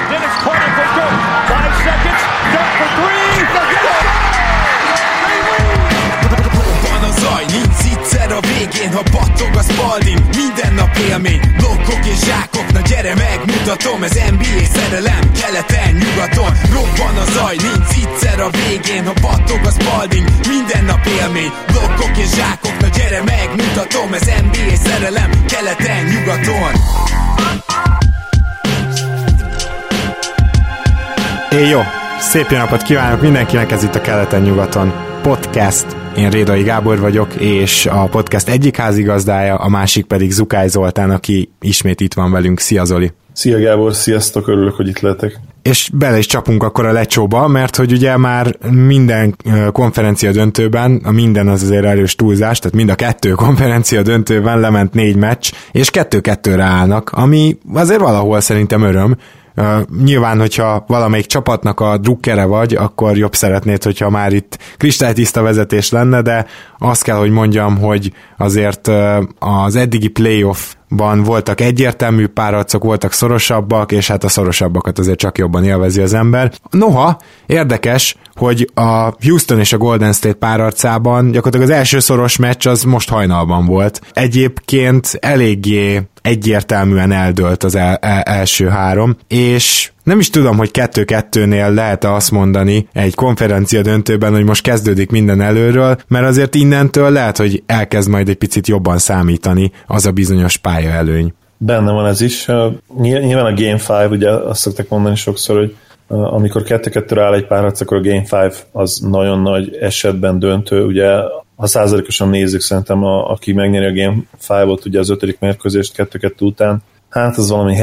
Dennis Carter for Dirk. 5 seconds. Dirk for 3. Van a zaj, nincs egyszer a végén, ha battog a Spalding. Minden nap élmény, blokkok és zsákok. Na gyere megmutatom, ez NBA szerelem. Keleten, nyugaton, robban a zaj, nincs egyszer a végén, ha battog a Spalding. Minden nap élmény, blokkok és zsákok. Na gyere megmutatom, ez NBA szerelem. Keleten, nyugaton. Jó, szép jó napot kívánok mindenkinek, ez itt a Keleten-nyugaton podcast. Én Rédai Gábor vagyok, és a podcast egyik házigazdája, a másik pedig Zukály Zoltán, aki ismét itt van velünk. Szia Zoli! Szia Gábor, sziasztok, örülök, hogy itt lehetek. És bele is csapunk akkor a lecsóba, mert hogy ugye már minden konferencia döntőben, a minden az azért erős túlzás, tehát mind a 2 konferencia döntőben lement 4 meccs, és 2-2-re állnak, ami azért valahol szerintem öröm. Nyilván, hogyha valamelyik csapatnak a drukkere vagy, akkor jobb szeretnéd, hogyha már itt kristálytiszta vezetés lenne, de azt kell, hogy mondjam, hogy azért az eddigi playoffban voltak egyértelmű párharcok, voltak szorosabbak, és hát a szorosabbakat azért csak jobban élvezi az ember. Noha, érdekes, hogy a Houston és a Golden State párharcában gyakorlatilag az első szoros meccs az most hajnalban volt. Egyébként eléggé egyértelműen eldőlt az első 3, és nem is tudom, hogy 2-2-nél lehet-e azt mondani egy konferencia döntőben, hogy most kezdődik minden előről, mert azért innentől lehet, hogy elkezd majd egy picit jobban számítani az a bizonyos pályaelőny. Benne van ez is. Nyilván a Game 5, ugye azt szokták mondani sokszor, hogy amikor 2-2-re áll egy párharc, akkor a Game 5 az nagyon nagy esetben döntő. Ugye, ha százalékosan nézzük, szerintem aki megnyeri a Game 5-ot, ugye az 5. mérkőzést 2-2 után, hát az valami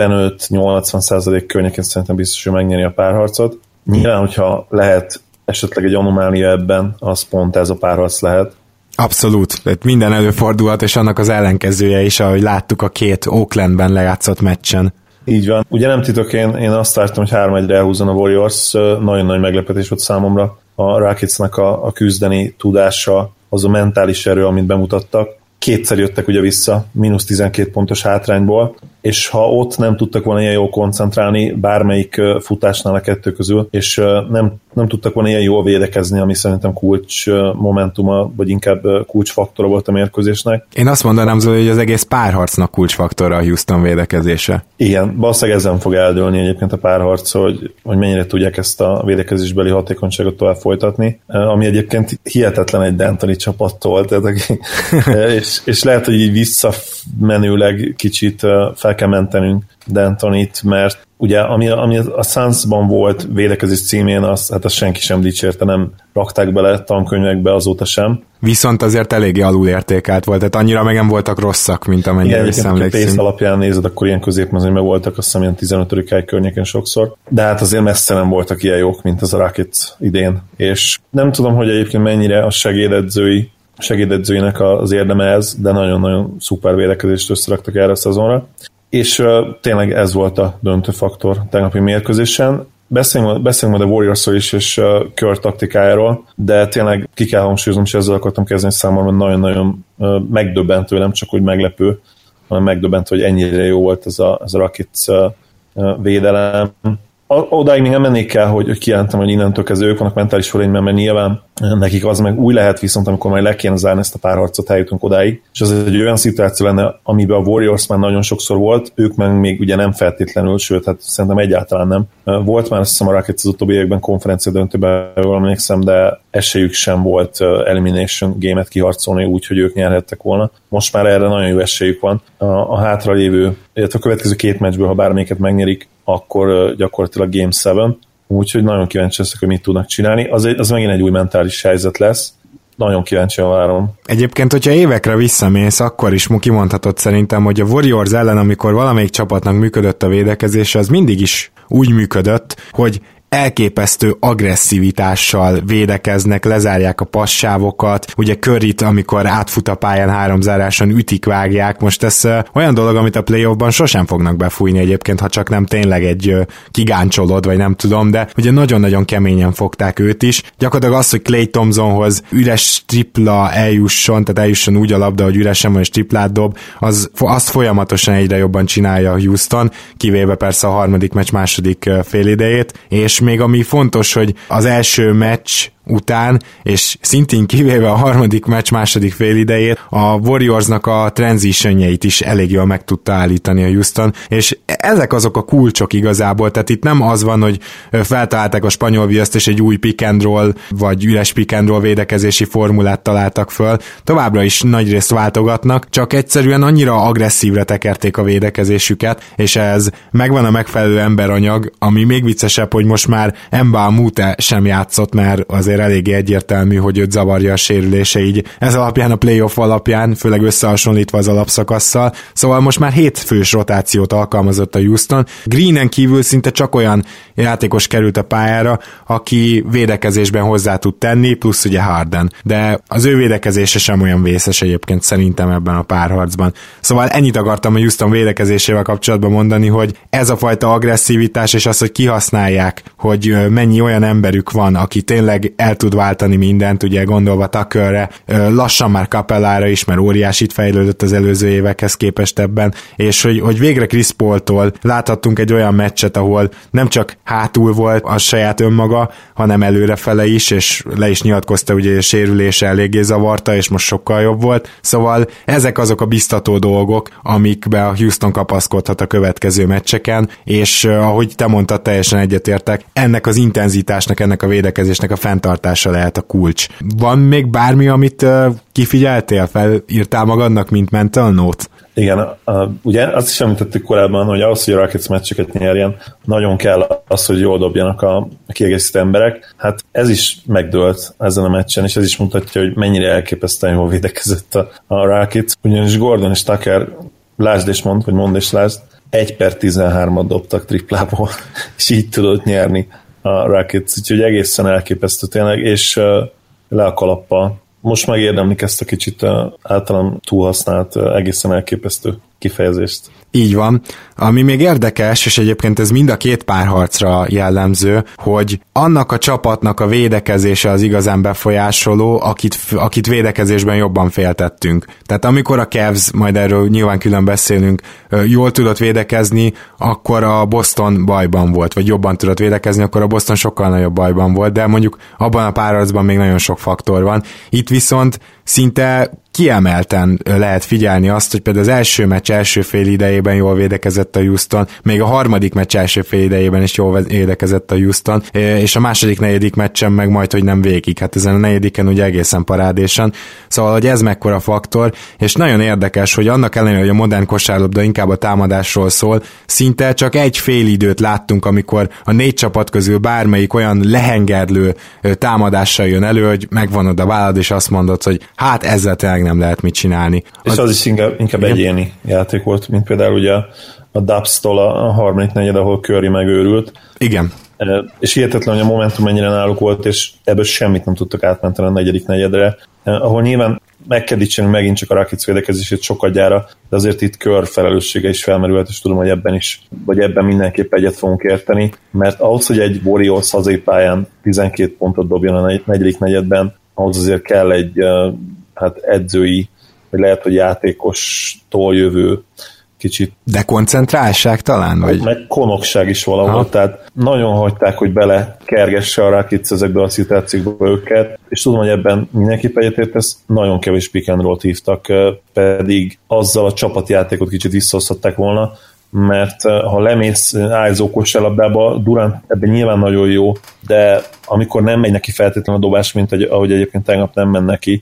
75-80% környékén szerintem biztos, hogy megnyeri a párharcot. Nyilván, hogyha lehet esetleg egy anomália ebben, az pont ez a párharc lehet. Abszolút, tehát minden előfordulhat, és annak az ellenkezője is, ahogy láttuk a 2 Oaklandben lejátszott meccsen. Így van. Ugye nem titok, én azt vártam, hogy 3-1-re elhúzzon a Warriors. Nagyon nagy meglepetés volt számomra a Rocketsnak a küzdeni tudása, az a mentális erő, amit bemutattak. 2-szer jöttek ugye vissza, -12 pontos hátrányból, és ha ott nem tudtak volna ilyen jól koncentrálni bármelyik futásnál a 2 közül, és nem tudtak volna ilyen jól védekezni, ami szerintem kulcs momentuma, vagy inkább kulcsfaktora volt a mérkőzésnek. Én azt mondanám, Zoli, hogy az egész párharcnak kulcsfaktora a Houston védekezése. Igen, valószínűleg ezen fog eldőlni egyébként a párharc, hogy mennyire tudják ezt a védekezésbeli hatékonyságot tovább folytatni, ami egyébként hihetetlen egy D'Antoni csapattól, tehát, és lehet, hogy így visszamenőleg kicsit fel kell mentenünk D'Antonit, mert ugye ami a Sunsban volt védekezés címén, azt senki sem dicsérte, nem rakták bele tankönyvekbe azóta sem. Viszont azért eléggé alulértékelt volt, tehát annyira meg nem voltak rosszak, mint amennyire visszaemlékszünk. Igen, ha alapján nézed, akkor ilyen középmezőnyben voltak, azt hiszem ilyen 15. hely környéken sokszor, de hát azért messze nem voltak ilyen jók, mint az a Rockets idén, és nem tudom, hogy egyébként mennyire a segédedzőinek az érdeme ez, de nagyon-nagyon szuper védekezést összeraktak erre a szezonra. És tényleg ez volt a döntő faktor tegnapi mérkőzésen. Beszélünk majd a Warriors-ról is, és Kör taktikájáról, de tényleg ki kell hangsúlyoznom, és ezzel akartam kezdeni számomra, nagyon-nagyon megdöbbentő, nem csak úgy meglepő, hanem megdöbbentő, hogy ennyire jó volt ez a Rockets védelem. Odáig még nem mennék el, hogy kijelentem, hogy innentől kezdve ők vannak mentális fölényben, mert nyilván nekik az meg úgy lehet, viszont amikor majd le kéne zárni ezt a párharcot, eljutunk odáig, és az egy olyan szituáció lenne, amiben a Warriors már nagyon sokszor volt, ők meg még ugye nem feltétlenül, sőt, hát szerintem egyáltalán nem. Volt már azt hiszem a Rockets az utóbbi években konferencia döntőben, jól emlékszem, de esélyük sem volt elimination game-et kiharcolni úgy, hogy ők nyerhettek volna. Most már erre nagyon jó esélyük van. A hátralévő, illetve a következő 2 meccsből, ha bármelyiket megnyerik, akkor gyakorlatilag Game 7. Úgyhogy nagyon kíváncsi leszek, hogy mit tudnak csinálni. Az megint egy új mentális helyzet lesz. Nagyon kíváncsian várom. Egyébként, hogyha évekre visszamész, akkor is kimondhatod szerintem, hogy a Warriors ellen, amikor valamelyik csapatnak működött a védekezése, az mindig is úgy működött, hogy elképesztő agresszivitással védekeznek, lezárják a passávokat, ugye Curryt, amikor átfut a pályán háromzáráson ütik, vágják, most ez olyan dolog, amit a playoffban sosem fognak befújni egyébként, ha csak nem tényleg egy kigáncsolod, vagy nem tudom, de ugye nagyon-nagyon keményen fogták őt is. Gyakorlatilag az, hogy Klay Thompsonhoz üres tripla eljusson, tehát eljusson úgy a labda, hogy üresen van és triplát dob, azt folyamatosan egyre jobban csinálja a Houston, kivéve persze a harmadik meccs második félidejét, és még ami fontos, hogy az első meccs után, és szintén kivéve a harmadik meccs második félidejét, a Warriorsnak a transitionjeit is elég jól meg tudta állítani a Houston, és ezek azok a kulcsok igazából, tehát itt nem az van, hogy feltalálták a spanyol viaszt, és egy új pick and roll, vagy üres pick and roll védekezési formulát találtak föl, továbbra is nagyrészt váltogatnak, csak egyszerűen annyira agresszívre tekerték a védekezésüket, és ez megvan a megfelelő emberanyag, ami még viccesebb, hogy most már Mbá Moute sem játszott, mert azért eléggé egyértelmű, hogy őt zavarja a sérülése, így ez alapján, a playoff alapján, főleg összehasonlítva az alapszakasszal, szóval most már 7 fős rotációt alkalmazott a Houston. Greenen kívül szinte csak olyan játékos került a pályára, aki védekezésben hozzá tud tenni, plusz ugye Harden, de az ő védekezése sem olyan vészes egyébként szerintem ebben a párharcban. Szóval ennyit akartam a Houston védekezésével kapcsolatban mondani, hogy ez a fajta agresszivitás, és az, hogy kihasználják, hogy mennyi olyan emberük van, aki tényleg el tud váltani mindent, ugye gondolva Tuckerre, lassan már Capellára is, mert óriásit fejlődött az előző évekhez képest ebben, és hogy végre Chris Paul-tól láthattunk egy olyan meccset, ahol nem csak hátul volt a saját önmaga, hanem előrefele is, és le is nyilatkozta, ugye a sérülése eléggé zavarta, és most sokkal jobb volt. Szóval ezek azok a biztató dolgok, amikbe a Houston kapaszkodhat a következő meccseken, és ahogy te mondtad, teljesen egyetértek, ennek az intenzitásnak, ennek a védekezésnek a fenntartása lehet a kulcs. Van még bármi, amit kifigyeltél, felírtál magadnak, mint mental note? Igen, ugye azt is említettük korábban, hogy ahhoz, hogy a Rockets meccseket nyerjen, nagyon kell az, hogy jól dobjanak a kiegészítő emberek. Hát ez is megdőlt ezen a meccsen, és ez is mutatja, hogy mennyire elképesztően jól védekezett a Rockets. Ugyanis Gordon és Tucker, lásd és mondd, vagy mondd és lásd, 1/13-at dobtak triplából, és így tudott nyerni a Rockets, úgyhogy egészen elképesztő tényleg, és le a kalappal. Most megérdemlik ezt a kicsit általán túlhasznált, egészen elképesztő kifejezést. Így van. Ami még érdekes, és egyébként ez mind a két párharcra jellemző, hogy annak a csapatnak a védekezése az igazán befolyásoló, akit védekezésben jobban féltettünk. Tehát amikor a Cavs, majd erről nyilván külön beszélünk, jól tudott védekezni, akkor a Boston bajban volt, vagy jobban tudott védekezni, akkor a Boston sokkal nagyobb bajban volt, de mondjuk abban a párharcban még nagyon sok faktor van. Itt viszont szinte kiemelten lehet figyelni azt, hogy például az első meccs első fél idejében jól védekezett a Houston, még a harmadik meccs első fél idejében is jól védekezett a Houston, és a második, negyedik meccsen meg majd, hogy nem végig. Hát ezen a negyediken ugye egészen parádésan. Szóval, hogy ez mekkora faktor, és nagyon érdekes, hogy annak ellenére, hogy a modern kosárlabda inkább a támadásról szól, szinte csak egy fél időt láttunk, amikor a 4 csapat közül bármelyik olyan lehengerlő támadással jön elő, hogy megvonod a vállad, és azt mondod, hogy hát ezzel tényleg nem lehet mit csinálni. És az is inkább egyéni játék volt, mint például ugye a Dubs-tól a harmadik negyed, ahol Curry megőrült. Igen. És hihetetlen, hogy a momentum mennyire náluk volt, és ebből semmit nem tudtak átmenteni a negyedik negyedre, ahol nyilván meg kell dicsérni megint csak a Rockets védekezését sokadjára, de azért itt Curry felelőssége is felmerült, és tudom, hogy ebben mindenképp egyet fogunk érteni, mert ahhoz, hogy egy Warriors hazai pályán 12 pontot dobjon a negyedik negyedben, ahhoz azért kell egy edzői, vagy lehet, hogy játékostól jövő kicsit. De koncentráltság talán? Vagy? Meg konokság is valahol, tehát nagyon hagyták, hogy bele kergesse a Rockets ezekbe a szituációkba őket, és tudom, hogy ebben mindenképp egyetértesz, nagyon kevés pick and roll-t hívtak, pedig azzal a csapatjátékot kicsit visszahozhatták volna, mert ha lemész ájzó kosárlabdába, Durant ebben nyilván nagyon jó, de amikor nem megy neki feltétlenül a dobás, mint ahogy egyébként tegnap nem ment neki,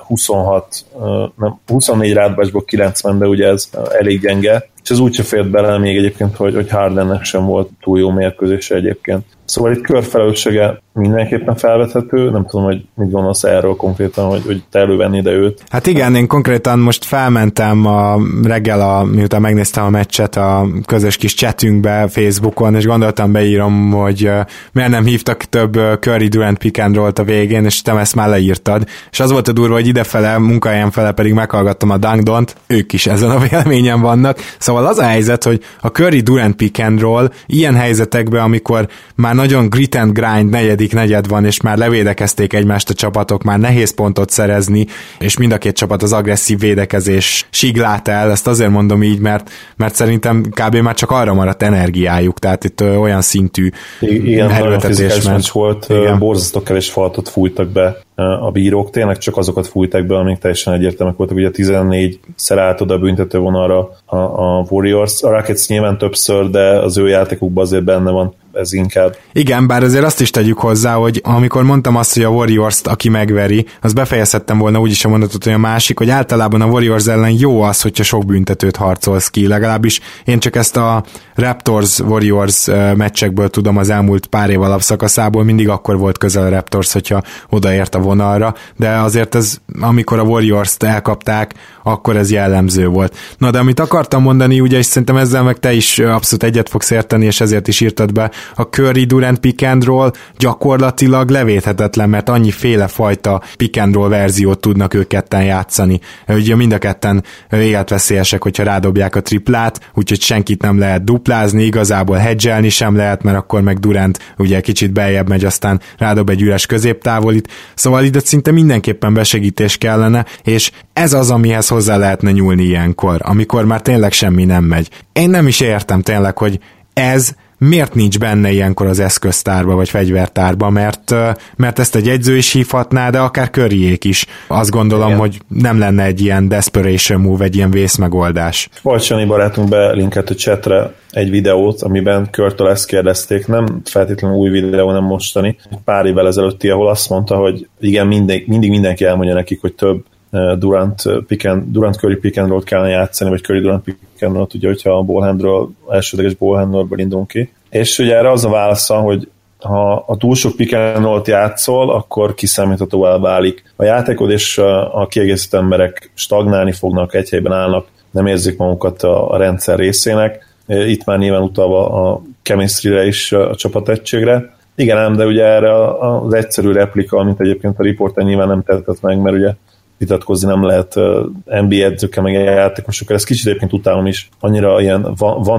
24 rádobásból 90, de ugye ez elég gyenge, és ez úgyse fért bele még egyébként, hogy Hardennek sem volt túl jó mérkőzése egyébként. Szóval itt körfelelőssége mindenképpen felvethető, nem tudom, hogy mit gondolsz erről konkrétan, hogy te elővenni ide őt. Hát igen, én konkrétan most felmentem reggel, miután megnéztem a meccset a közös kis chatünkbe Facebookon, és gondoltam beírom, hogy miért nem hívtak több Curry Durant pick and roll-t a végén, és te ezt már leírtad. És az volt a durva, hogy idefele, munkahelyen fele pedig meghallgattam a Dunkdont, ők is ezen a véleményen vannak. Szóval az a helyzet, hogy a Curry Durant pick and roll ilyen helyzetekben, amikor már nagyon grit and grind negyed van, és már levédekezték egymást a csapatok, már nehéz pontot szerezni, és mind a két csapat az agresszív védekezés siglát el, ezt azért mondom így, mert szerintem kb. Már csak arra maradt energiájuk, tehát itt olyan szintű erőltetés volt, borzasztó kevés faltot fújtak be a bírók, tényleg csak azokat fújtak be, amik teljesen egyértelműek voltak, ugye 14-szer állt oda a büntetővonalra a Warriors, a Rockets nyilván többször, de az ő játékukban azért benne van ez inkább. Igen, bár azért azt is tegyük hozzá, hogy amikor mondtam azt, hogy a Warriors-t, aki megveri, az befejezhettem volna úgyis a mondatot, hogy a másik, hogy általában a Warriors ellen jó az, hogyha sok büntetőt harcolsz ki, legalábbis én csak ezt a Raptors-Warriors meccsekből tudom az elmúlt pár év alapszakaszából, mindig akkor volt közel a Raptors, hogyha odaért a vonalra, de azért ez, amikor a Warriors-t elkapták, akkor ez jellemző volt. Na, de amit akartam mondani, ugye, és szerintem ezzel meg te is abszolút egyet fogsz érteni, és ezért is írtad be, a Curry Durant pick and roll gyakorlatilag levéthetetlen, mert annyi féle fajta pick and roll verziót tudnak ők ketten játszani. Ugye mind a ketten életveszélyesek, hogyha rádobják a triplát, úgyhogy senkit nem lehet duplázni, igazából hedgelni sem lehet, mert akkor meg Durant ugye kicsit beljebb megy, aztán rádob egy üres középtávolit. Szóval ide szinte mindenképpen besegítés kellene, és ez az, amihez hozzá lehetne nyúlni ilyenkor, amikor már tényleg semmi nem megy. Én nem is értem tényleg, hogy ez miért nincs benne ilyenkor az eszköztárba vagy fegyvertárba, mert ezt egy edző is hívhatná, de akár Curryék is. Azt gondolom, igen, hogy nem lenne egy ilyen desperation move, egy ilyen vészmegoldás. Balcsani barátunk belinkelt a chatre egy videót, amiben Currytől ezt kérdezték, nem feltétlenül új videó, nem mostani, pár évvel ezelőtti, ahol azt mondta, hogy igen, mindig mindenki elmondja nekik, hogy több Durant Curry pick and roll-t kellene játszani, vagy Curry Durant pick and roll-t, ugye, hogyha a ballhandről, elsődleges ballhandről indulunk ki. És ugye erre az a válasza, hogy ha a túl sok pick and roll-t játszol, akkor kiszámíthatóvá válik a játékod, és a kiegészítő emberek stagnálni fognak, egy helyben állnak, nem érzik magukat a rendszer részének. Itt már nyilván utalva a chemistry-re is, a csapategységre. Igen ám, de ugye erre az egyszerű replika, amit egyébként a riporter nyilván nem tehetett meg, mert ugye vitatkozni nem lehet NBA edzőkkel, meg játékosokkal. Ezt kicsit egyébként utálom is. Annyira ilyen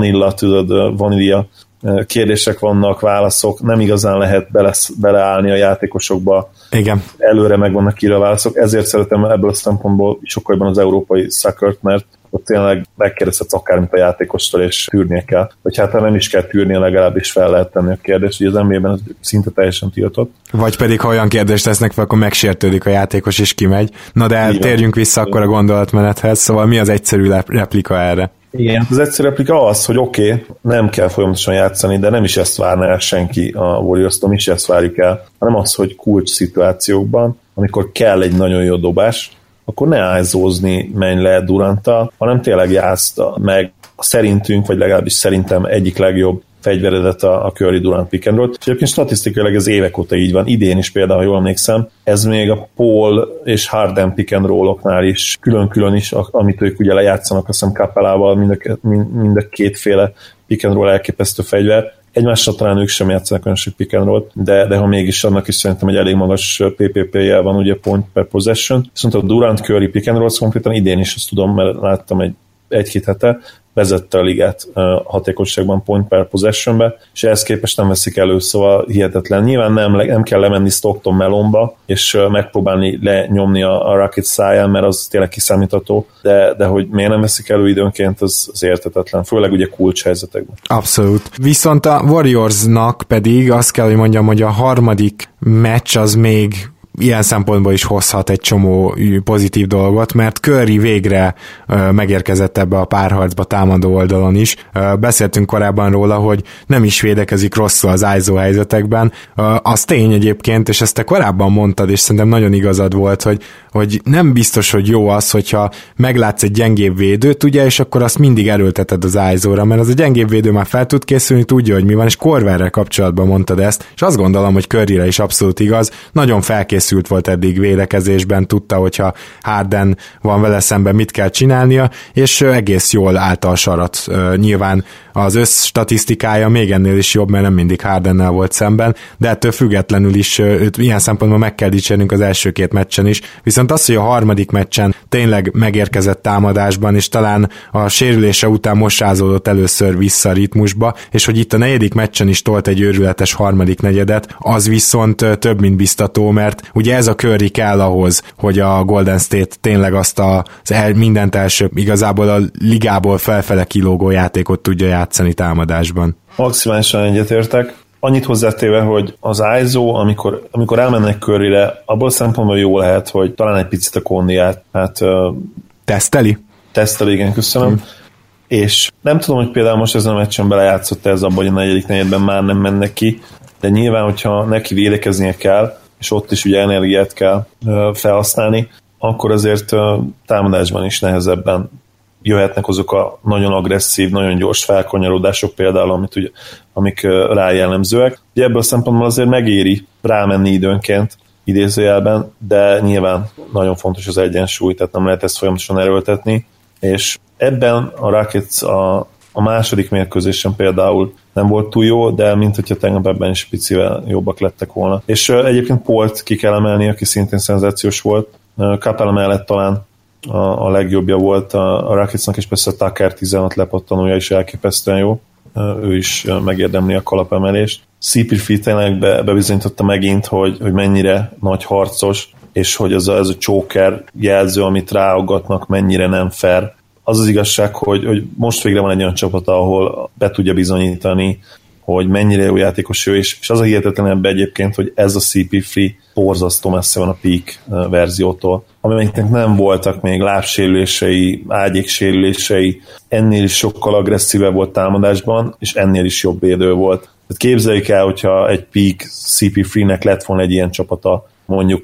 vanília kérdések vannak, válaszok, nem igazán lehet beleállni a játékosokba. Igen. Előre meg vannak írva a válaszok. Ezért szeretem ebből a szempontból sokkal jobban az európai szakkört, mert ott tényleg megkérdezhetsz akármit a játékostól, és tűrnie kell. Vagy hát nem is kell tűrnie, legalábbis fel lehet tenni a kérdést, hogy az NBA-ben ez szinte teljesen tiltott. Vagy pedig, ha olyan kérdést tesznek fel, akkor megsértődik a játékos, és kimegy. Na de igen, térjünk vissza akkor a gondolatmenethez, szóval mi az egyszerű replika erre? Igen, az egyszerű replika az, hogy oké, nem kell folyamatosan játszani, de nem is ezt várná el senki a Warriors-tól, mi is ezt várjuk el, hanem az, hogy kulcs szituációkban, amikor kell egy nagyon jó dobás, akkor ne ájzózni menj le Duranttal, hanem tényleg játszta meg szerintünk, vagy legalábbis szerintem egyik legjobb fegyveredet a Curry Durant pick and roll. És egyébként statisztikailag ez évek óta így van. Idén is például, ha jól emlékszem, ez még a Paul és Harden pick and rolloknál is, külön-külön is, amit ők ugye lejátszanak, azt hiszem Capellával, mind a kétféle pick and roll elképesztő fegyver. Egymással talán ők sem játszanak olyan sok pick and roll-t, de ha mégis annak is szerintem egy elég magas PPP-jel van, ugye point per possession. Viszont a Durant Curry pick and roll konkrétan idén is, ezt tudom, mert láttam egy-két hete, vezette a ligát hatékonyságban point per possessionbe, és ehhez képest nem veszik elő, szóval hihetetlen. Nyilván nem kell lemenni Stockton melomba, és megpróbálni lenyomni a Rockets száján, mert az tényleg kiszámítható, de hogy miért nem veszik elő időnként, az érthetetlen, főleg ugye kulcshelyzetekben. Abszolút. Viszont a Warriorsnak pedig azt kell, hogy mondjam, hogy a harmadik meccs az még ilyen szempontból is hozhat egy csomó pozitív dolgot, mert Curry végre megérkezett ebbe a párharcba támadó oldalon is. Beszéltünk korábban róla, hogy nem is védekezik rosszul az ISO helyzetekben. Az tény egyébként, és ezt te korábban mondtad, és szerintem nagyon igazad volt, hogy nem biztos, hogy jó az, hogyha meglátsz egy gyengébb védőt, ugye, és akkor azt mindig erőlteted az ISO-ra, mert az a gyengébb védő már fel tud készülni, tudja, hogy mi van, és Korverrel kapcsolatban mondtad ezt, és azt gondolom, hogy Curryre is abszolút igaz, nagyon felkészült volt eddig védekezésben, tudta, hogyha Harden van vele szemben, mit kell csinálnia, és egész jól állta a sarat. Nyilván az összstatisztikája még ennél is jobb, mert nem mindig Hardennel volt szemben, de ettől függetlenül is őt ilyen szempontból meg kell dicsérnünk az első két meccsen is, viszont az, hogy a harmadik meccsen tényleg megérkezett támadásban, és talán a sérülése után most rázódott először vissza a ritmusba, és hogy itt a negyedik meccsen is tolt egy őrületes harmadik negyedet, az viszont több, mint biztató, mert ugye ez a Curry kell ahhoz, hogy a Golden State tényleg azt mindent első, igazából a ligából felfele kilógó játékot tudja játszani támadásban. Maximálisan egyetértek. Annyit hozzátéve, hogy az ISO, amikor elmennek Curryre, abból szempontból jó lehet, hogy talán egy picit a kondiát. Teszteli, igen, köszönöm. És nem tudom, hogy például most ezen a meccsen belejátszott ez abban, hogy a negyedik negyedben már nem mennek ki, de nyilván, hogyha neki védekeznie kell, és ott is ugye energiát kell felhasználni, akkor azért támadásban is nehezebben jöhetnek azok a nagyon agresszív, nagyon gyors felkanyarodások például, amik rá jellemzőek. Ugye ebből a szempontból azért megéri rámenni időnként, idézőjelben, de nyilván nagyon fontos az egyensúly, tehát nem lehet ezt folyamatosan erőltetni, és ebben a Rockets a második mérkőzésen például nem volt túl jó, de mint hogyha tegnap ebben is picivel jobbak lettek volna. És egyébként Polt ki kell emelni, aki szintén szenzációs volt. Capella mellett talán a legjobbja volt a Rocketsnak, és persze a Tucker 16 lepattanója is elképesztően jó. Ő is megérdemli a kalapemelést. CP3 tényleg bebizonyította megint, hogy mennyire nagy harcos, és hogy ez a choker jelző, amit ráaggatnak, mennyire nem fair. Az az igazság, hogy most végre van egy olyan csapat, ahol be tudja bizonyítani, hogy mennyire jó játékos ő, és az a hihetetlenebb egyébként, hogy ez a CP3 borzasztó messze van a peak verziótól, amelyeknek nem voltak még lábsérülései, ágyéksérülései, ennél is sokkal agresszívebb volt támadásban, és ennél is jobb védő volt. Tehát képzeljük el, hogyha egy peak CP3-nek lett volna egy ilyen csapata, mondjuk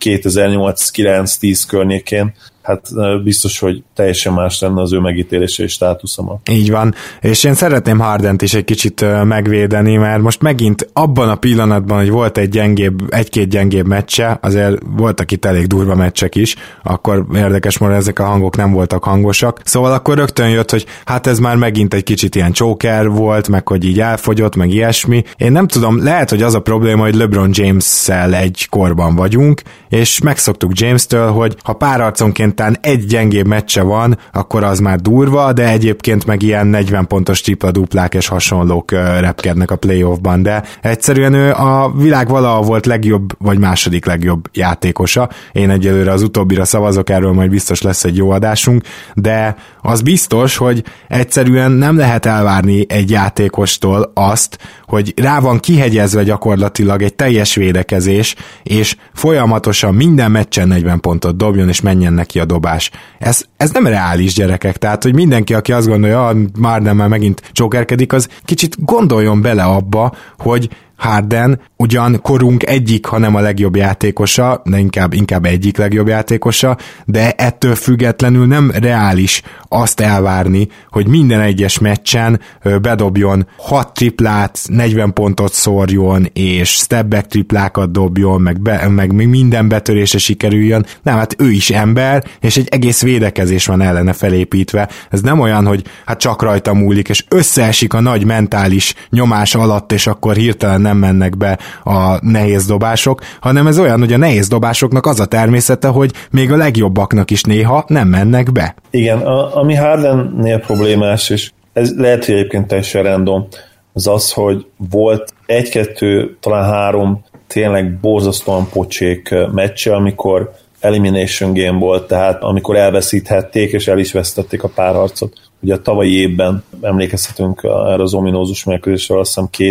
2008-9-10 környékén, hát biztos, hogy teljesen más lenne az ő megítélése és státusza ma. Így van, és én szeretném Hardent is egy kicsit megvédeni, mert most megint abban a pillanatban, hogy volt egy-két gyengébb meccse, azért voltak itt elég durva meccsek is, akkor érdekes módon ezek a hangok nem voltak hangosak, szóval akkor rögtön jött, hogy hát ez már megint egy kicsit ilyen choker volt, meg hogy így elfogyott, meg ilyesmi. Én nem tudom, lehet, hogy az a probléma, hogy LeBron James-szel egy korban vagyunk, és megszoktuk James-től, hogy ha pár arconként egy gyengébb meccse van, akkor az már durva, de egyébként meg ilyen 40 pontos tripla-duplák és hasonlók repkednek a playoffban, de egyszerűen ő a világ valaha volt legjobb, vagy második legjobb játékosa. Én egyelőre az utóbbira szavazok, erről majd biztos lesz egy jó adásunk, de az biztos, hogy egyszerűen nem lehet elvárni egy játékostól azt, hogy rá van kihegyezve gyakorlatilag egy teljes védekezés, és folyamatosan minden meccsen 40 pontot dobjon, és menjen neki a dobás. Ez nem reális, gyerekek, tehát, hogy mindenki, aki azt gondolja, már nem, már megint csókerkedik, az kicsit gondoljon bele abba, hogy Harden ugyan korunk egyik, hanem a legjobb játékosa, de inkább egyik legjobb játékosa, de ettől függetlenül nem reális azt elvárni, hogy minden egyes meccsen bedobjon 6 triplát, 40 pontot szórjon, és step-back triplákat dobjon, meg minden betörése sikerüljön. Nem, hát ő is ember, és egy egész védekezés van ellene felépítve. Ez nem olyan, hogy hát csak rajta múlik, és összeesik a nagy mentális nyomás alatt, és akkor hirtelen nem mennek be a nehéz dobások, hanem ez olyan, hogy a nehéz dobásoknak az a természete, hogy még a legjobbaknak is néha nem mennek be. Igen, ami Hardennél problémás, és ez lehet, hogy egyébként teljesen random, az, hogy volt 1-2, talán 3 tényleg borzasztóan pocsék meccse, amikor elimination game volt, tehát amikor elveszíthették, és el is vesztették a párharcot. Ugye a tavalyi évben emlékezhetünk erre az ominózus mérkőzésre, azt hiszem 2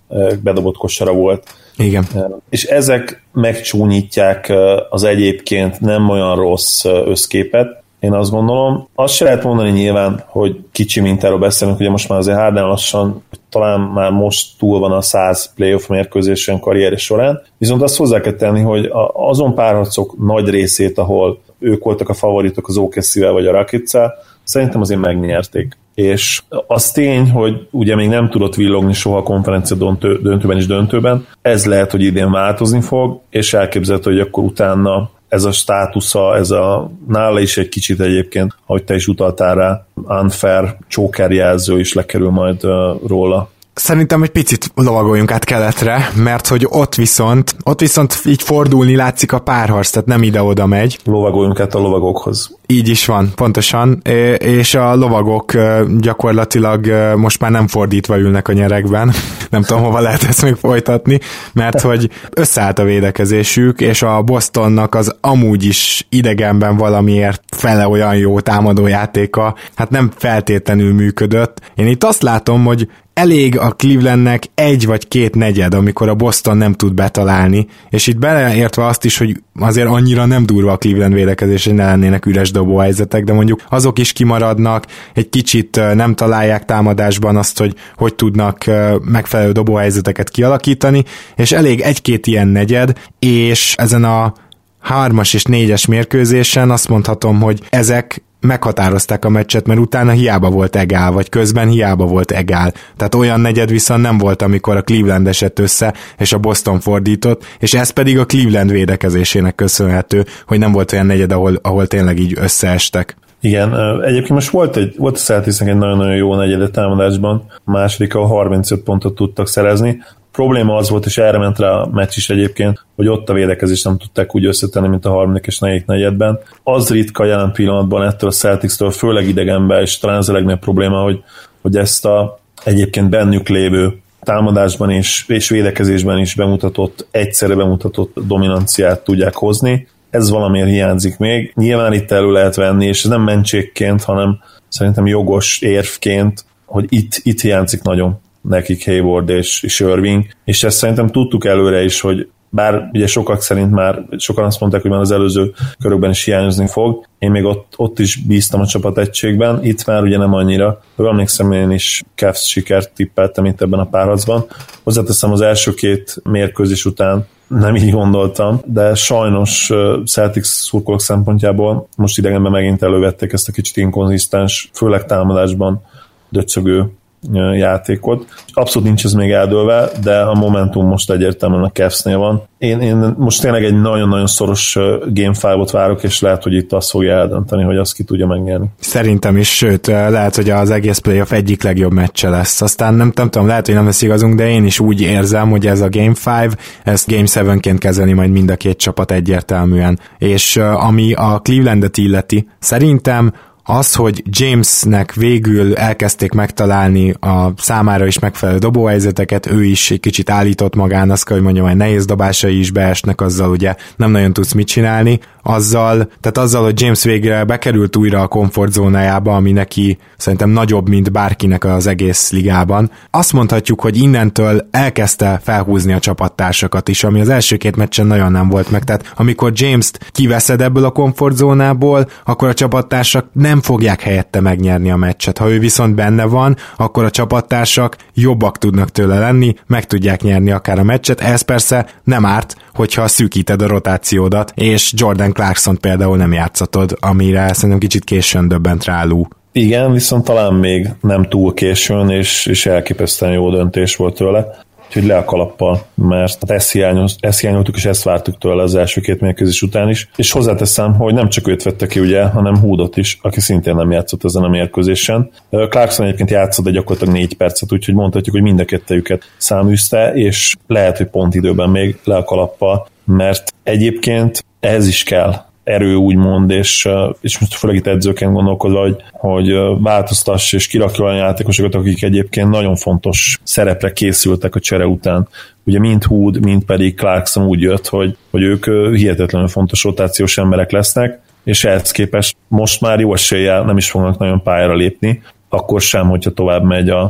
bedobott kosara volt. Igen. És ezek megcsúnyítják az egyébként nem olyan rossz összképet, én azt gondolom. Azt se lehet mondani nyilván, hogy kicsi mintáról beszélünk, ugye most már azért Harden lassan, talán már most túl van a 100 playoff mérkőzésen karrierje során, viszont azt hozzá kell tenni, hogy azon párharcok nagy részét, ahol ők voltak a favoritok az OKC-vel vagy a Rockets-szel, szerintem azért megnyerték. És az tény, hogy ugye még nem tudott villogni soha a konferencia döntőben és döntőben, ez lehet, hogy idén változni fog, és elképzelhető, hogy akkor utána ez a státusza, ez a nála is egy kicsit egyébként, ahogy te is utaltál rá, unfair choker jelző is lekerül majd róla. Szerintem egy picit lovagoljunk át keletre, mert hogy ott viszont így fordulni látszik a párharc, tehát nem ide-oda megy. Lovagoljunk át a lovagokhoz. Így is van, pontosan, és a lovagok gyakorlatilag most már nem fordítva ülnek a nyerekben, nem tudom, hova lehet ezt még folytatni, mert hogy összeállt a védekezésük, és a Bostonnak az amúgy is idegenben valamiért fele olyan jó támadójátéka, hát nem feltétlenül működött. Én itt azt látom, hogy elég a Clevelandnek 1 vagy 2 negyed, amikor a Boston nem tud betalálni, és itt beleértve azt is, hogy azért annyira nem durva a Cleveland védekezés, hogy ne lennének üres dobóhelyzetek, de mondjuk azok is kimaradnak, egy kicsit nem találják támadásban azt, hogy tudnak megfelelő dobóhelyzeteket kialakítani, és elég 1-2 ilyen negyed, és ezen a 3-as és 4-es mérkőzésen azt mondhatom, hogy ezek meghatározták a meccset, mert utána hiába volt egál, vagy közben hiába volt egál. Tehát olyan negyed viszont nem volt, amikor a Cleveland esett össze, és a Boston fordított, és ez pedig a Cleveland védekezésének köszönhető, hogy nem volt olyan negyed, ahol tényleg így összeestek. Igen, egyébként most volt a Celticsnek egy nagyon-nagyon jó negyed támadásban, a második, ahol 35 pontot tudtak szerezni. Probléma az volt, és erre ment rá a meccs is egyébként, hogy ott a védekezést nem tudták úgy összetenni, mint a harmadik és negyedik negyedben. Az ritka jelen pillanatban ettől a Celticstől, főleg idegenben, és talán ez a legnagyobb probléma, hogy ezt a egyébként bennük lévő támadásban és védekezésben is egyszerre bemutatott dominanciát tudják hozni. Ez valamiért hiányzik még. Nyilván itt elő lehet venni, és ez nem mentségként, hanem szerintem jogos érvként, hogy itt hiányzik nagyon nekik Hayward és Irving, és ezt szerintem tudtuk előre is, hogy bár ugye sokak szerint már, sokan azt mondták, hogy már az előző körökben is hiányozni fog, én még ott is bíztam a csapategységben, itt már ugye nem annyira. Emlékszem, én is Cavs sikert tippeltem itt ebben a párharcban. Hozzáteszem, az első 2 mérkőzés után nem így gondoltam, de sajnos Celtics szurkolók szempontjából most idegenben megint elővették ezt a kicsit inkonzisztens, főleg támadásban döcögő játékot. Abszolút nincs ez még eldőlve, de a momentum most egyértelműen a Cavsnél van. Én most tényleg egy nagyon-nagyon szoros Game 5-ot várok, és lehet, hogy itt azt fogja eldönteni, hogy azt ki tudja megnyerni. Szerintem is, sőt, lehet, hogy az egész playoff egyik legjobb meccse lesz. Aztán nem tudom, lehet, hogy nem lesz igazunk, de én is úgy érzem, hogy ez a Game 5, ezt Game 7-ként kezeli majd mind a két csapat egyértelműen. És ami a Clevelandet illeti, szerintem az, hogy Jamesnek végül elkezdték megtalálni a számára is megfelelő dobóhelyzeteket, ő is egy kicsit állított magán, azt kell, hogy mondjam, hogy nehéz dobásai is beesnek, azzal ugye nem nagyon tudsz mit csinálni, azzal, hogy James végre bekerült újra a komfortzónájába, ami neki szerintem nagyobb, mint bárkinek az egész ligában. Azt mondhatjuk, hogy innentől elkezdte felhúzni a csapattársakat is, ami az első 2 meccsen nagyon nem volt meg, tehát amikor James-t kiveszed ebből a komfortzónából, akkor a csapattársak nem fogják helyette megnyerni a meccset. Ha ő viszont benne van, akkor a csapattársak jobbak tudnak tőle lenni, meg tudják nyerni akár a meccset. Ez persze nem árt, hogyha szűkíted a rotációdat, és Jordan Clarkson például nem játszatod, amire szerintem kicsit későn döbbent rá Lou. Igen, viszont talán még nem túl későn, és elképesztően jó döntés volt tőle. Úgyhogy le a kalappal, mert ezt hiányoltuk, és ezt vártuk tőle az első 2 mérkőzés után is. És hozzáteszem, hogy nem csak őt vette ki, ugye, hanem Hoodot is, aki szintén nem játszott ezen a mérkőzésen. Clarkson egyébként játszott, de gyakorlatilag 4 percet, úgyhogy mondhatjuk, hogy mind a kettejüket száműzte, és lehet, hogy pont időben még le a kalappal, mert egyébként ehhez is kell erő, úgymond, és most főleg itt edzőként gondolkodva, hogy változtass és kirakja olyan játékosokat, akik egyébként nagyon fontos szerepre készültek a csere után. Ugye mind Hood, mind pedig Clarkson úgy jött, hogy ők hihetetlenül fontos rotációs emberek lesznek, és ehhez képest most már jó eséllyel nem is fognak nagyon pályára lépni, akkor sem, hogyha tovább megy a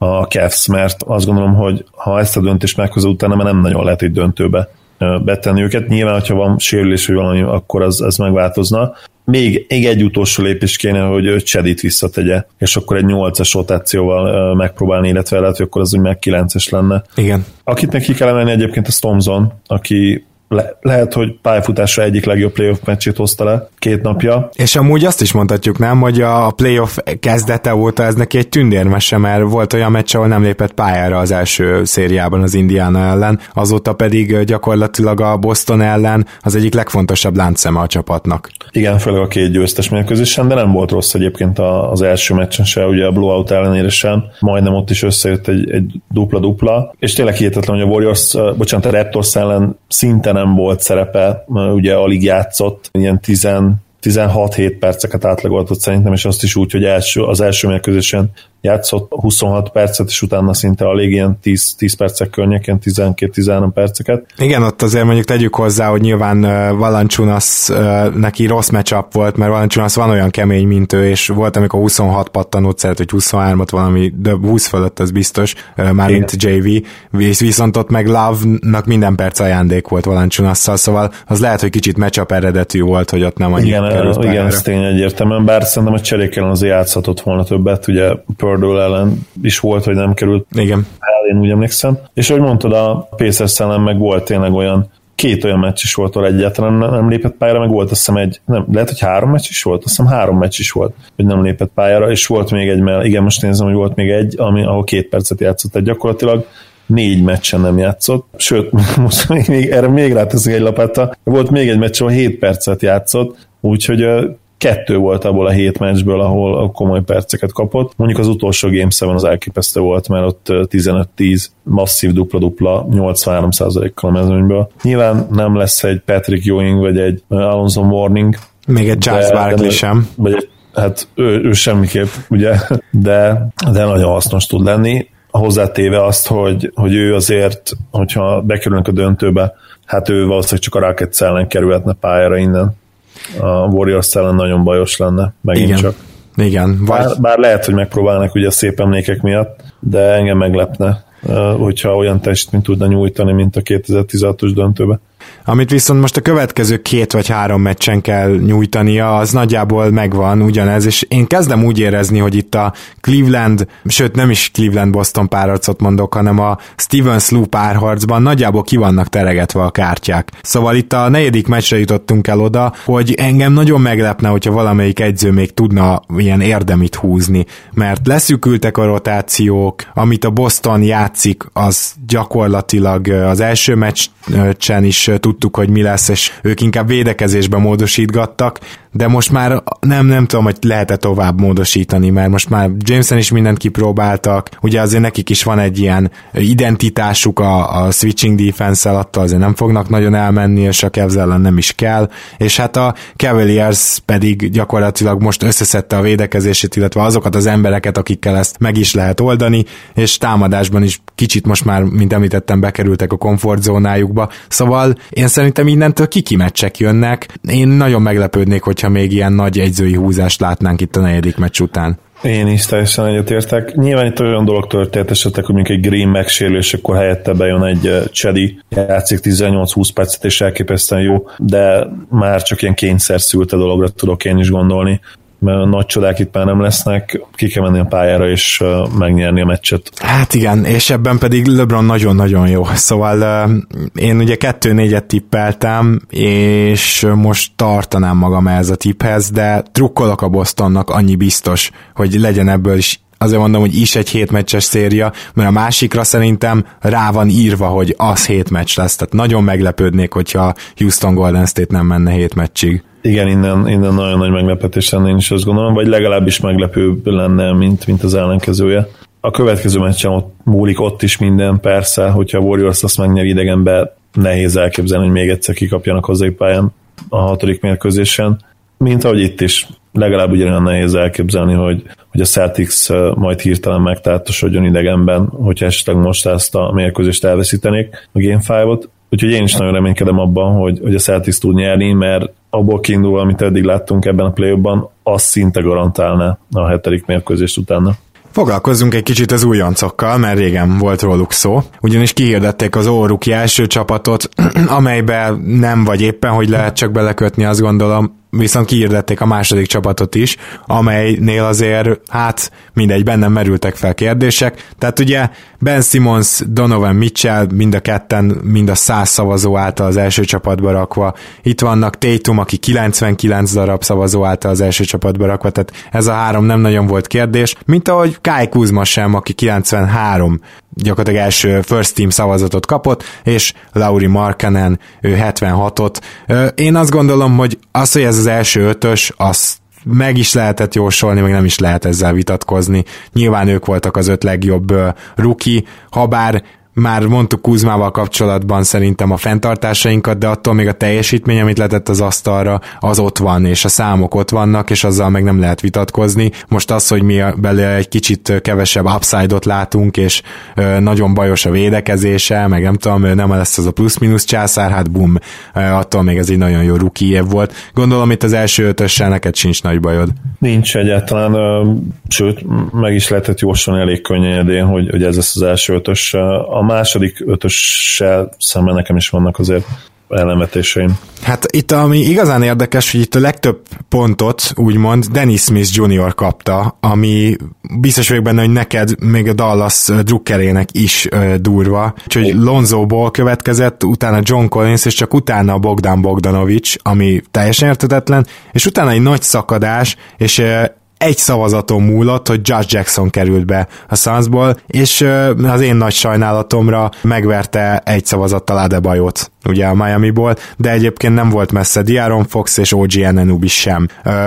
a Cavs, mert azt gondolom, hogy ha ezt a döntést meghozza utána, mert nem nagyon lehet egy döntőbe betenni őket. Nyilván, hogyha van sérülés vagy valami, akkor az megváltozna. Még egy utolsó lépés kéne, hogy Chedit visszategye, és akkor egy 8-as rotációval megpróbálni, illetve lehet, hogy akkor az úgy meg 9-es lenne. Igen. Akit neki kell emelni egyébként a Thompson, aki lehet, hogy pályafutásra egyik legjobb playoff meccsét hozta le 2 napja. És amúgy azt is mondhatjuk, nem, hogy a playoff kezdete óta ez neki egy tündérmese, mert volt olyan meccs, ahol nem lépett pályára az első szériában az Indiana ellen, azóta pedig gyakorlatilag a Boston ellen az egyik legfontosabb láncszeme a csapatnak. Igen, főleg a 2 győztes mérkőzésen, de nem volt rossz egyébként az első meccsen se, ugye a blowout ellenére sem, majdnem ott is összejött egy dupla-dupla, és tényleg hihetetlen, hogy a Warriors, a Raptors ellen szinte nem volt szerepe, ugye alig játszott, ilyen 16-7 perceket átlagoltott szerintem, és azt is úgy, hogy az első mérkőzésen játszott 26 percet, és utána szinte alig ilyen 10 percek környéken, 12-13 perceket. Igen, ott azért mondjuk tegyük hozzá, hogy nyilván Valanciunas neki rossz matchup volt, mert Valanciunas van olyan kemény, mint ő, és volt, amikor 26 pattanót szeret, hogy 23-at valami, de 20 fölött az biztos, mármint JV, viszont ott meg Love-nak minden perc ajándék volt Valanciunasszal, szóval az lehet, hogy kicsit matchup eredetű volt, hogy ott nem annyit került pályára. Igen, ez tény egyértelműen, bár szerintem a cserék ellen azért játszhatott volna többet, ugye Purdue ellen is volt, hogy nem került. Igen. Én úgy emlékszem. És ahogy mondtad, a Pacers ellen meg volt tényleg olyan 2 olyan meccs is volt, ahol egyáltalán nem lépett pályára, meg volt azt hiszem lehet, hogy 3 meccs is volt, azt hiszem 3 meccs is volt, hogy nem lépett pályára, és volt még egy, mert igen, most nézem, hogy volt még egy, ahol 2 percet játszott, tehát gyakorlatilag 4 meccsen nem játszott, sőt, most erre még ráteszünk egy lapáttal, volt még egy meccs, ahol 7 percet játszott, úgyhogy 2 volt abból a 7 meccsből, ahol komoly perceket kapott. Mondjuk az utolsó Game 7 az elképesztő volt, mert ott 15-10 masszív dupla-dupla 83%-kal a mezőnyből. Nyilván nem lesz egy Patrick Ewing, vagy egy Alonzo Mourning. Még egy Charles Barkley sem. Vagy hát ő semmiképp, ugye, de nagyon hasznos tud lenni. Hozzátéve azt, hogy ő azért, hogyha bekerülnek a döntőbe, hát ő valószínűleg csak a Rockets ellen kerülhetne pályára innen. A Warriors ellen nagyon bajos lenne, megint igen. csak. Igen. Bár lehet, hogy megpróbálnak ugye a szép emlékek miatt, de engem meglepne, hogyha olyan teljesítményt tudna nyújtani, mint a 2016-os döntőbe. Amit viszont most a következő 2 vagy 3 meccsen kell nyújtania, az nagyjából megvan ugyanez, és én kezdem úgy érezni, hogy itt a Cleveland, sőt nem is Cleveland-Boston párharcot mondok, hanem a Stevens-Lou párharcban nagyjából ki vannak teregetve a kártyák. Szóval itt a 4. meccsre jutottunk el oda, hogy engem nagyon meglepne, hogyha valamelyik edző még tudna ilyen érdemit húzni, mert leszűkültek a rotációk, amit a Boston játszik, az gyakorlatilag az első meccsen is tudtuk, hogy mi lesz, és ők inkább védekezésbe módosítgattak, de most már nem tudom, hogy lehet-e tovább módosítani, mert most már Jameson is mindent kipróbáltak, ugye azért nekik is van egy ilyen identitásuk a switching defense-el, attól azért nem fognak nagyon elmenni, és a Cavs ellen nem is kell, és hát a Cavaliers pedig gyakorlatilag most összeszedte a védekezését, illetve azokat az embereket, akikkel ezt meg is lehet oldani, és támadásban is kicsit most már, mint említettem, bekerültek a komfortzónájukba, szóval én szerintem innentől kiki meccsek jönnek, én nagyon meglepődnék, hogyha még ilyen nagy egyzői húzást látnánk itt a 4. meccs után. Én is teljesen egyetértek. Nyilván itt olyan dolog történt esetleg, hogy mondjuk egy Green megsérül, és akkor helyette bejön egy Chedi, játszik 18-20 percet, és elképesztően jó, de már csak ilyen kényszer szült a dologra tudok én is gondolni, mert nagy csodák itt már nem lesznek, ki kell menni a pályára és megnyerni a meccset. Hát igen, és ebben pedig LeBron nagyon-nagyon jó. Szóval én ugye 2-4-et tippeltem, és most tartanám magam ehhez a tipphez, de trukkolok a Bostonnak, annyi biztos, hogy legyen ebből is, azért mondom, hogy is egy 7 meccses széria, mert a másikra szerintem rá van írva, hogy az 7 meccs lesz, tehát nagyon meglepődnék, hogyha Houston Golden State nem menne 7 meccsig. Igen, innen nagyon nagy meglepetés lenne, én is azt gondolom, vagy legalábbis meglepőbb lenne, mint az ellenkezője. A következő meccsen ott múlik ott is minden, persze, hogyha a Warriors azt megnyeri idegenben, nehéz elképzelni, hogy még egyszer kikapjanak hazai pályán a 6. mérkőzésen. Mint ahogy itt is, legalább ugyanolyan nehéz elképzelni, hogy a Celtics majd hirtelen megtátosodjon idegenben, hogyha esetleg most ezt a mérkőzést elveszítenék, a Game 5-ot. Úgyhogy én is nagyon reménykedem abban, hogy a Celtics tud nyerni, mert abból kiindulva, amit eddig láttunk ebben a play-offban, az szinte garantálná a 7. mérkőzést utána. Foglalkozzunk egy kicsit az újoncokkal, mert régen volt róluk szó. Ugyanis kihirdették az All-Rookie első csapatot, amelybe nem vagy éppen, hogy lehet csak belekötni, azt gondolom, viszont kihirdették a második csapatot is, amelynél azért, mindegy, bennem merültek fel kérdések. Tehát ugye Ben Simmons, Donovan Mitchell, mind a ketten, mind a 100 szavazó által az első csapatba rakva. Itt vannak Tatum, aki 99 darab szavazó által az első csapatba rakva, tehát ez a 3 nem nagyon volt kérdés, mint ahogy Kyle Kuzma sem, aki 93 gyakorlatilag első first team szavazatot kapott, és Lauri Markkanen, ő 76-ot. Én azt gondolom, hogy az, hogy ez az első 5-ös, azt meg is lehetett jósolni, meg nem is lehet ezzel vitatkozni. Nyilván ők voltak az 5 legjobb rookie, habár már mondtuk Kuzmával kapcsolatban szerintem a fenntartásainkat, de attól még a teljesítmény, amit letett az asztalra, az ott van, és a számok ott vannak, és azzal meg nem lehet vitatkozni. Most az, hogy mi belőle egy kicsit kevesebb upside-ot látunk, és nagyon bajos a védekezése, meg nem tudom, nem lesz az a plusz-minusz császár, hát bum, attól még ez egy nagyon jó rookie év volt. Gondolom itt az első 5-össel neked sincs nagy bajod. Nincs egyáltalán, sőt, meg is lehetett jósolni elég könnyen, hogy ez lesz az első 5-ös. A második 5-össel szemben nekem is vannak azért ellenvetéseim. Hát itt ami igazán érdekes, hogy itt a legtöbb pontot úgymond Dennis Smith Jr. kapta, ami biztos vagyok benne, hogy neked még a Dallas drukkerének is durva. Úgyhogy Lonzo Ball következett, utána John Collins, és csak utána Bogdan Bogdanović, ami teljesen érthetetlen, és utána egy nagy szakadás, és egy szavazaton múlott, hogy Josh Jackson került be a Sunsból, és az én nagy sajnálatomra megverte egy szavazattal Adebayot, ugye a Miamiból, de egyébként nem volt messze De'Aaron Fox és OG Anunoby sem,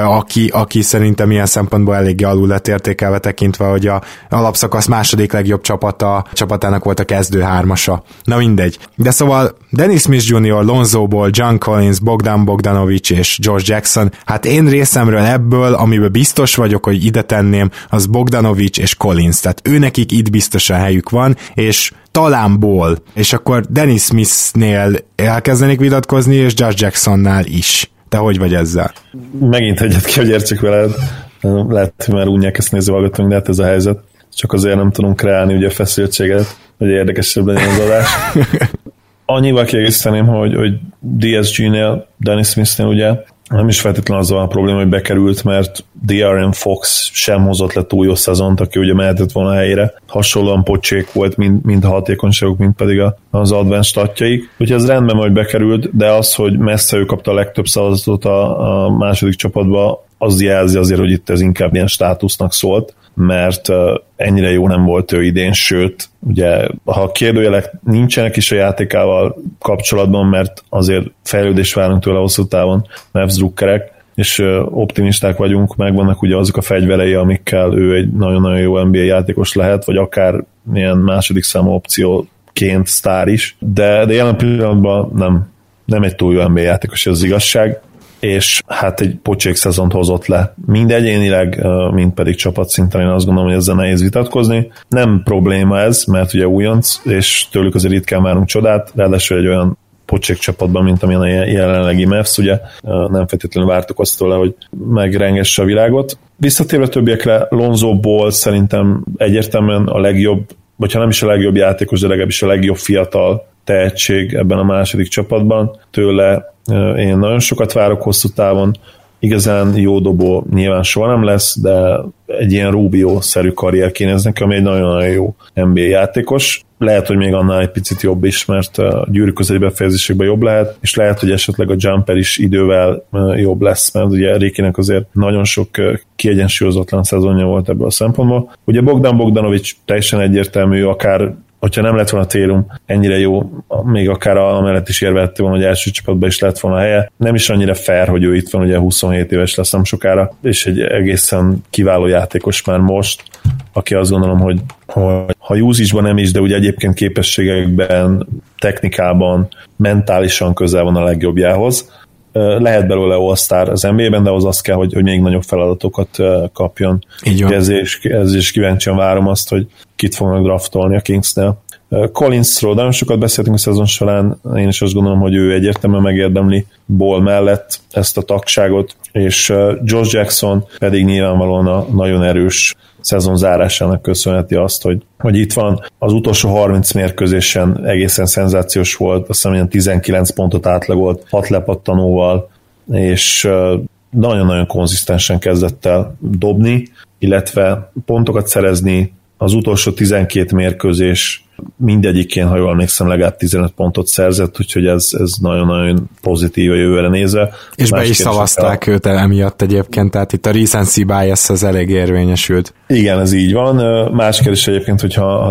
aki szerintem ilyen szempontból eléggé alul lett értékelve tekintve, hogy a alapszakasz második legjobb csapatának volt a kezdő 3-asa. Na mindegy. De szóval Dennis Smith Jr., Lonzo Ball, John Collins, Bogdan Bogdanović és Josh Jackson, hát én részemről ebből, amiben biztos vagyok, hogy ide tenném, az Bogdanović és Collins, tehát őnekik itt biztosan helyük van, és talán Ball, és akkor Dennis Smithnél elkezdenék vitatkozni, és Josh Jacksonnál is. Te hogy vagy ezzel? Megint egyet ki, hogy értsek veled. Lehet, hogy már unják ezt nézőhallgatóink, de hát ez a helyzet. Csak azért nem tudunk kreálni ugye a feszültséget, hogy érdekesebb legyen az adás. Annyival kiegészíteném, hogy DSG-nél, Dennis Smithnél ugye nem is feltétlenül az a probléma, hogy bekerült, mert De'Aaron Fox sem hozott le túl jó szezont, aki ugye mehetett volna a helyére. Hasonlóan pocsék volt mind a hatékonyságok, mind pedig az advanced statjaik. Úgyhogy ez rendben, hogy bekerült, de az, hogy messze ő kapta a legtöbb szavazatot a második csapatba, az jelzi azért, hogy itt ez inkább ilyen státusznak szólt, mert ennyire jó nem volt ő idén, sőt, ugye, ha kérdőjelek nincsenek is a játékával kapcsolatban, mert azért fejlődés várunk tőle hosszú távon, Mavs drukkerek, és optimisták vagyunk, megvannak ugye azok a fegyverei, amikkel ő egy nagyon-nagyon jó NBA játékos lehet, vagy akár ilyen második számú opcióként sztár is, de jelen pillanatban nem egy túl jó NBA játékos, ez az igazság, és hát egy pocsék szezont hozott le. Mind egyénileg, mind pedig csapatszinten, én azt gondolom, hogy ezzel nehéz vitatkozni. Nem probléma ez, mert ugye újonc, és tőlük azért ritkán várunk csodát, ráadásul egy olyan pocsék csapatban, mint amilyen a jelenlegi Mavs, ugye nem feltétlenül vártuk azt tőle, hogy megrengesse a világot. Visszatérve többiekre, Lonzo Ball szerintem egyértelműen a legjobb, vagy ha nem is a legjobb játékos, de legalábbis a legjobb fiatal tehetség ebben a második csapatban. Tőle én nagyon sokat várok hosszú távon, igazán jó dobó nyilván soha nem lesz, de egy ilyen Rubio-szerű karrier kéne ez neki, ami egy nagyon-nagyon jó NBA játékos. Lehet, hogy még annál egy picit jobb is, mert a gyűrű közeli befejezésekben jobb lehet, és lehet, hogy esetleg a jumper is idővel jobb lesz, mert ugye Rikinek azért nagyon sok kiegyensúlyozatlan szezonja volt ebből a szempontból. Ugye Bogdan Bogdanović teljesen egyértelmű, akár hogyha nem lett volna Tatum ennyire jó, még akár amellett is érvette volna, hogy első csapatban is lett volna helye. Nem is annyira fair, hogy ő itt van, ugye 27 éves lesz nem sokára, és egy egészen kiváló játékos már most, aki azt gondolom, hogy ha usage-ban nem is, de ugye egyébként képességekben, technikában, mentálisan közel van a legjobbjához. Lehet belőle All-Star az NBA-ben, de az kell, hogy még nagyobb feladatokat kapjon. Ezért is kíváncsian várom azt, hogy kit fognak draftolni a Kingsnél. Collinsról nagyon sokat beszéltünk a szezon során, én is azt gondolom, hogy ő egyértelműen megérdemli Ball mellett ezt a tagságot, és Josh Jackson pedig nyilvánvalóan a nagyon erős szezon zárásának köszönheti azt, hogy itt van. Az utolsó 30 mérkőzésen egészen szenzációs volt, azt hiszem 19 pontot átlagolt, 6 lepattanóval, és nagyon-nagyon konzisztensen kezdett el dobni, illetve pontokat szerezni. Az utolsó 12 mérkőzés mindegyikén, ha jól emlékszem, legalább 15 pontot szerzett, úgyhogy ez nagyon-nagyon pozitív a jövőre nézve. És be is szavazták őt emiatt egyébként, tehát itt a recency bias az elég érvényesült. Igen, ez így van. Más kérdés egyébként, hogyha a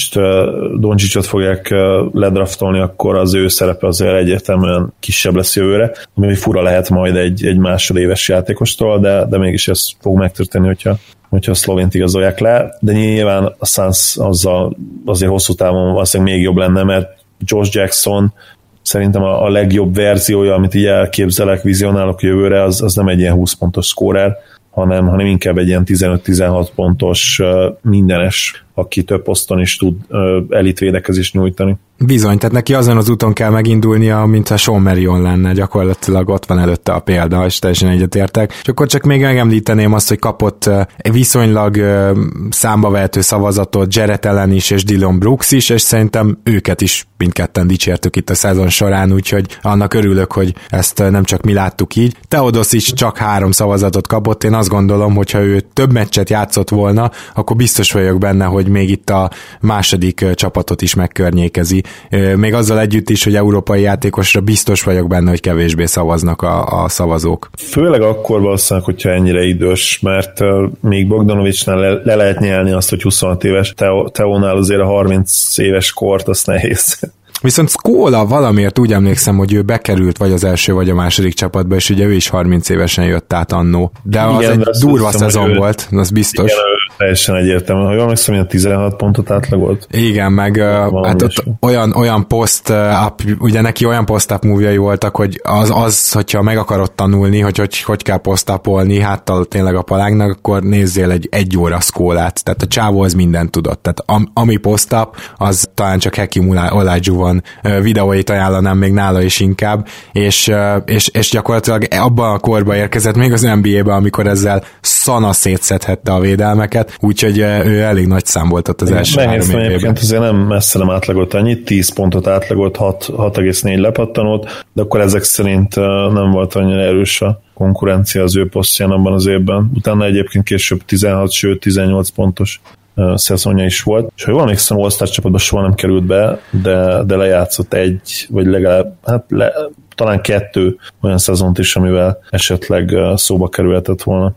Doncsicsot fogják ledraftolni, akkor az ő szerepe azért egyértelműen kisebb lesz jövőre, ami fura lehet majd egy másodéves játékostól, de mégis ez fog megtörténni, hogyha a szlovént igazolják le, de nyilván a Suns azzal azért hosszú távon valószínűleg még jobb lenne, mert Josh Jackson szerintem a legjobb verziója, amit így elképzelek, vizionálok jövőre, az nem egy ilyen 20 pontos scorer, hanem inkább egy ilyen 15-16 pontos mindenes, aki több poszton is tud elitvédekezést nyújtani. Bizony, tehát neki azon az úton kell megindulnia, mintha Sean Marion lenne, gyakorlatilag ott van előtte a példa, és teljesen egyetértek. És akkor csak még megemlíteném azt, hogy kapott viszonylag számba vehető szavazatot Jarrett Allen is, és Dillon Brooks is, és szerintem őket is mindketten dicsértük itt a szezon során, úgyhogy annak örülök, hogy ezt nem csak mi láttuk így. Teodosic csak 3 szavazatot kapott, én azt gondolom, hogy ha ő több meccset játszott volna, akkor biztos vagyok benne, hogy még itt a második csapatot is megkörnyékezi. Még azzal együtt is, hogy európai játékosra biztos vagyok benne, hogy kevésbé szavaznak a szavazók. Főleg akkor valószínűleg, hogyha ennyire idős, mert még Bogdanovicsnál le lehet nyelni azt, hogy 26 éves, Teónál azért a 30 éves kort, az nehéz. Viszont Scola valamiért úgy emlékszem, hogy ő bekerült vagy az első, vagy a második csapatba, és ugye ő is 30 évesen jött át annó. De az igen, egy durva szezon volt, az biztos. Igen, teljesen egyértelmű. Ha jól emlékszem, hogy 16 pontot átlagolt. Igen, meg hát ott olyan post-up, ugye neki olyan post-up move-jai voltak, hogy az, hogyha meg akarod tanulni, hogy kell post-upolni háttal tényleg a palágnak, akkor nézzél egy óra Scolát. Tehát a csávó az mindent tudott. Tehát ami post-up, az talán csak Hakeem Olajuwon videóit ajánlanám még nála is inkább, és gyakorlatilag abban a korban érkezett még az NBA-be, amikor ezzel szana szétszedhette a védelmeket, úgyhogy ő elég nagy szám volt ott az első 3 évben. Egyébként azért nem messze nem átlagolt annyit, 10 pontot átlagolt, 6,4 lepattanót, de akkor ezek szerint nem volt annyira erős a konkurencia az ő posztján abban az évben. Utána egyébként később 16, sőt 18 pontos szezonja is volt, és ha jól emlékszem, All-Star csapatban soha nem került be, de lejátszott vagy legalább, talán 2 olyan szezont is, amivel esetleg szóba kerülhetett volna.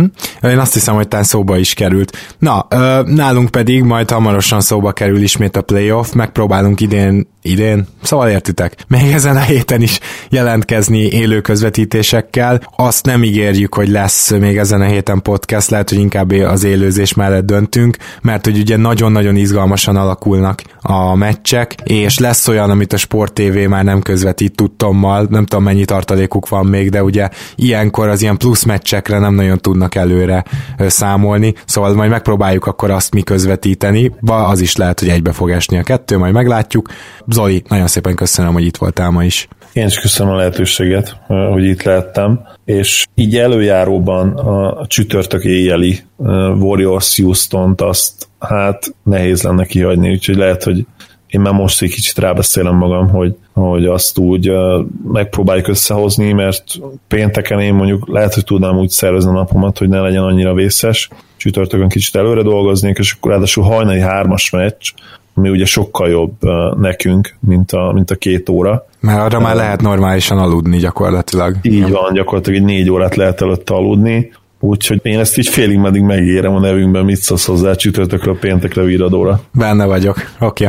Én azt hiszem, hogy talán szóba is került. Na, nálunk pedig majd hamarosan szóba kerül ismét a playoff, megpróbálunk idén, szóval értitek, még ezen a héten is jelentkezni élő közvetítésekkel. Azt nem ígérjük, hogy lesz még ezen a héten podcast, lehet, hogy inkább az élőzés mellett döntünk, mert hogy ugye nagyon-nagyon izgalmasan alakulnak a meccsek, és lesz olyan, amit a Sport TV már nem közvetít tudtommal, nem tudom mennyi tartalékuk van még, de ugye ilyenkor az ilyen plusz meccsekre nem nagyon tudnak előre számolni, szóval majd megpróbáljuk akkor azt mi közvetíteni, az is lehet, hogy egybe fog esni a 2, majd meglátjuk. Zoli, nagyon szépen köszönöm, hogy itt voltál ma is. Én is köszönöm a lehetőséget, hogy itt lehettem, és így előjáróban a csütörtök éjjeli Warriors Houstont azt nehéz lenne kihagyni, úgyhogy lehet, hogy én már most egy kicsit rábeszélem magam, hogy azt úgy megpróbáljuk összehozni, mert pénteken én mondjuk lehet, hogy tudnám úgy szervezni a napomat, hogy ne legyen annyira vészes, csütörtökön kicsit előre dolgoznék, és akkor ráadásul hajnali 3-as meccs, ami ugye sokkal jobb nekünk, mint a 2 óra. Mert arra már lehet normálisan aludni gyakorlatilag. Így van, gyakorlatilag egy 4 órát lehet előtte aludni, úgyhogy én ezt így félig meddig megérem a nevünkben, mit szólsz hozzá csütörtökről péntekre Viradóra. Benne vagyok, oké.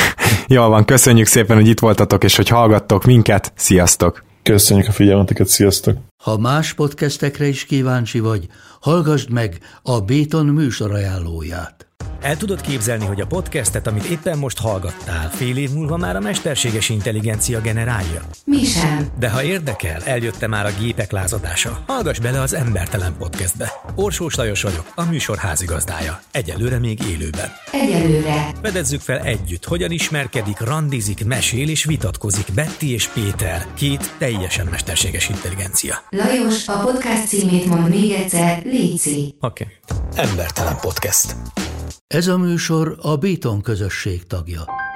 Jól van, köszönjük szépen, hogy itt voltatok, és hogy hallgattok minket, sziasztok! Köszönjük a figyelmeteket, sziasztok! Ha más podcastekre is kíváncsi vagy, hallgassd meg a Béton műsor ajánlóját. El tudod képzelni, hogy a podcastet, amit éppen most hallgattál, fél év múlva már a mesterséges intelligencia generálja? Mi sem. De ha érdekel, eljött már a gépek lázadása. Hallgass bele az Embertelen Podcastbe. Orsós Lajos vagyok, a műsor házigazdája. Egyelőre még élőben. Egyelőre. Fedezzük fel együtt, hogyan ismerkedik, randizik, mesél és vitatkozik Betty és Péter, 2 teljesen mesterséges intelligencia. Lajos, a podcast címét mondd még egyszer, léci. Oké. Embertelen Podcast. Ez a műsor a Béton közösség tagja.